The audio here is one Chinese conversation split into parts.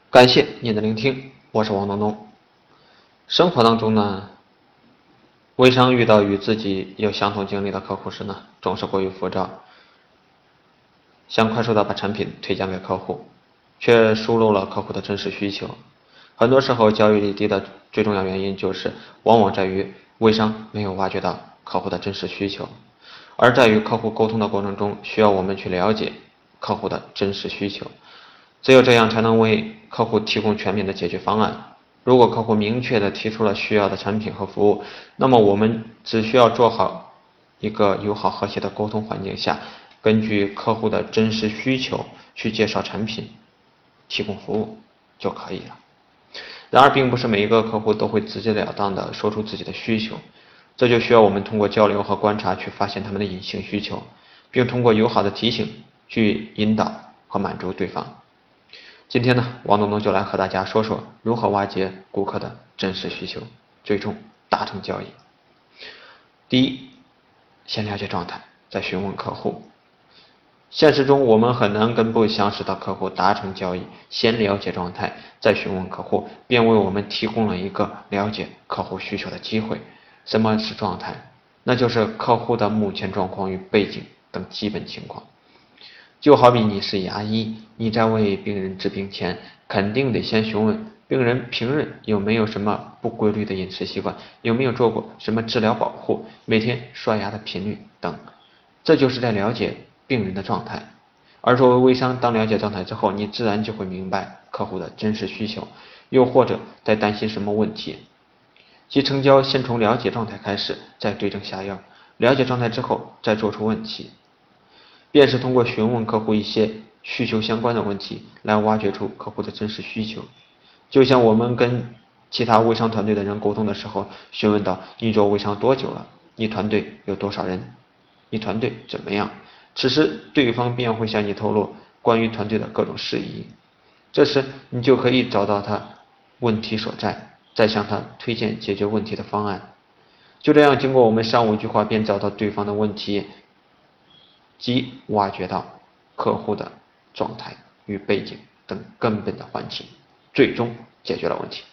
感谢您的聆听，我是王东东。生活当中呢，微商遇到与自己有相同经历的客户时呢，总是过于浮躁，想快速的把产品推荐给客户，却疏漏了客户的真实需求。很多时候交易率低的最重要原因往往在于微商没有挖掘到客户的真实需求，而在与客户沟通的过程中，需要我们去了解客户的真实需求，只有这样才能为客户提供全面的解决方案。如果客户明确地提出了需要的产品和服务，那么我们只需要做好一个友好和谐的沟通环境下，根据客户的真实需求去介绍产品，提供服务就可以了。然而，并不是每一个客户都会直截了当地说出自己的需求，这就需要我们通过交流和观察去发现他们的隐性需求，并通过友好的提醒去引导和满足对方。今天呢，王东东就来和大家说说如何挖掘顾客的真实需求，最终达成交易。第一，先了解状态，再询问客户。现实中我们很难跟不相识的客户达成交易，先了解状态，再询问客户，便为我们提供了一个了解客户需求的机会。什么是状态？那就是客户的目前状况与背景等基本情况。就好比你是牙医，你在为病人治病前，肯定得先询问病人平日有没有什么不规律的饮食习惯，有没有做过什么治疗保护，每天刷牙的频率等，这就是在了解病人的状态。而作为微商，当了解状态之后，你自然就会明白客户的真实需求，又或者在担心什么问题。即成交先从了解状态开始，再对症下药，了解状态之后再做出问题。便是通过询问客户一些需求相关的问题，来挖掘出客户的真实需求。就像我们跟其他微商团队的人沟通的时候，询问到你做微商多久了？你团队有多少人？你团队怎么样？此时对方便会向你透露关于团队的各种事宜，这时你就可以找到他问题所在，再向他推荐解决问题的方案。就这样，经过我们上午一句话，便找到对方的问题，即挖掘到客户的状态与背景等根本的问题，最终解决了问题。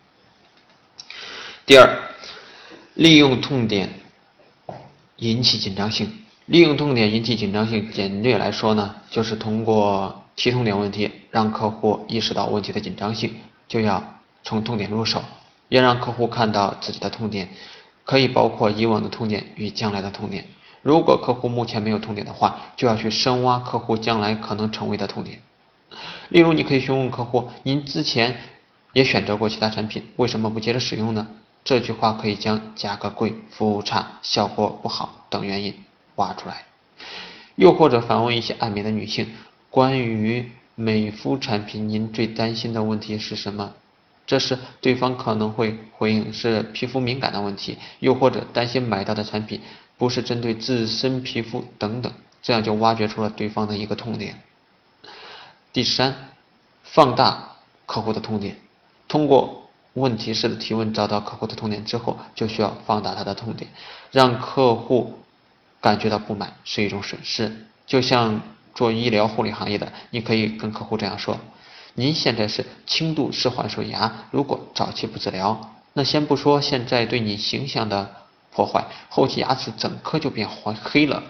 第二，利用痛点引起紧张性。利用痛点引起紧张性，简略来说呢，就是通过提痛点问题，让客户意识到问题的紧张性，就要从痛点入手，要让客户看到自己的痛点，可以包括以往的痛点与将来的痛点。如果客户目前没有痛点的话，就要去深挖客户将来可能成为的痛点。例如，你可以询问客户：您之前也选择过其他产品，为什么不接着使用呢？这句话可以将价格贵、服务差、效果不好等原因挖出来。又或者反问一些爱美的女性：关于美肤产品，您最担心的问题是什么？这时对方可能会回应是皮肤敏感的问题，又或者担心买到的产品不是针对自身皮肤等等，这样就挖掘出了对方的一个痛点。第三，放大客户的痛点。通过问题式的提问找到客户的痛点之后，就需要放大他的痛点，让客户感觉到不满是一种损失。就像做医疗护理行业的，你可以跟客户这样说：您现在是轻度视环水牙，如果早期不治疗，那先不说现在对你形象的破坏，后期牙齿整颗就变黑了，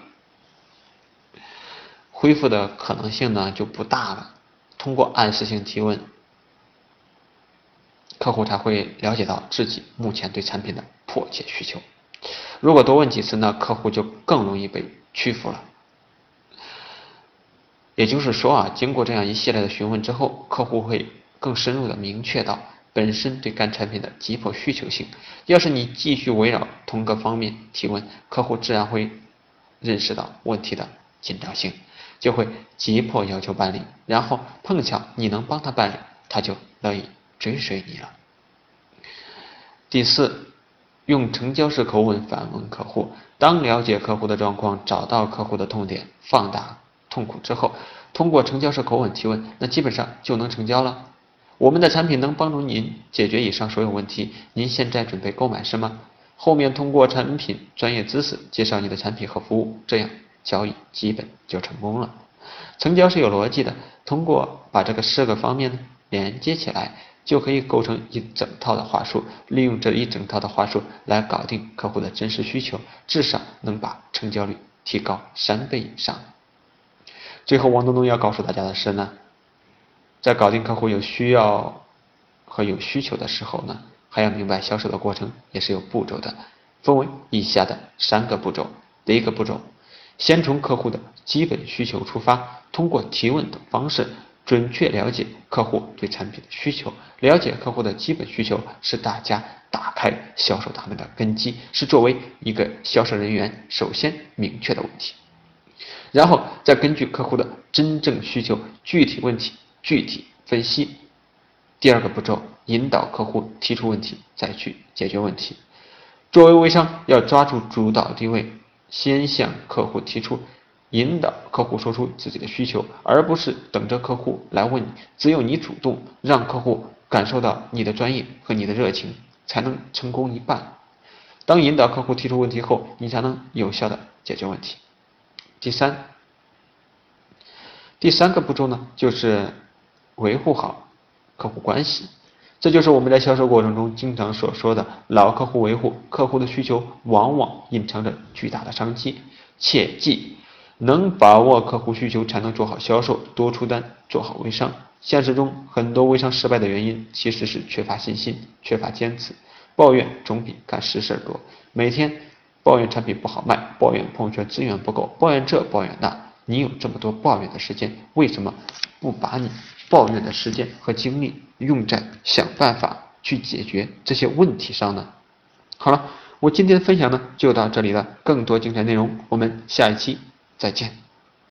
恢复的可能性呢就不大了。通过暗示性提问，客户才会了解到自己目前对产品的迫切需求。如果多问几次呢，客户就更容易被屈服了。也就是说啊，经过这样一系列的询问之后，客户会更深入的明确到本身对该产品的急迫需求性。要是你继续围绕同个方面提问，客户自然会认识到问题的紧张性，就会急迫要求办理，然后碰巧你能帮他办理，他就乐意追随你了。第四，用成交式口吻反问客户。当了解客户的状况，找到客户的痛点，放大痛苦之后，通过成交式口吻提问，那基本上就能成交了。我们的产品能帮助您解决以上所有问题，您现在准备购买是吗？后面通过产品专业知识介绍你的产品和服务，这样交易基本就成功了。成交是有逻辑的，通过把这个4个方面连接起来，就可以构成一整套的话术，利用这一整套的话术来搞定客户的真实需求，至少能把成交率提高3倍以上。最后王东东要告诉大家的是呢，在搞定客户有需要和有需求的时候呢，还要明白销售的过程也是有步骤的，分为以下的3个步骤。第一个步骤，先从客户的基本需求出发，通过提问等方式准确了解客户对产品的需求。了解客户的基本需求是大家打开销售大门的根基，是作为一个销售人员首先明确的问题，然后再根据客户的真正需求具体问题具体分析。第二个步骤，引导客户提出问题，再去解决问题。作为微商，要抓住主导地位，先向客户提出，引导客户说出自己的需求，而不是等着客户来问你。只有你主动，让客户感受到你的专业和你的热情，才能成功一半。当引导客户提出问题后，你才能有效的解决问题。第三个步骤呢，就是维护好客户关系。这就是我们在销售过程中经常所说的老客户维护。客户的需求往往隐藏着巨大的商机，切记能把握客户需求才能做好销售，多出单，做好微商。现实中很多微商失败的原因其实是缺乏信心，缺乏坚持，抱怨总比干实事多。每天抱怨产品不好卖，抱怨朋友圈资源不够，抱怨这抱怨那，你有这么多抱怨的时间，为什么不把你抱怨的时间和精力用在想办法去解决这些问题上呢？好了，我今天的分享呢就到这里了，更多精彩内容我们下一期再见。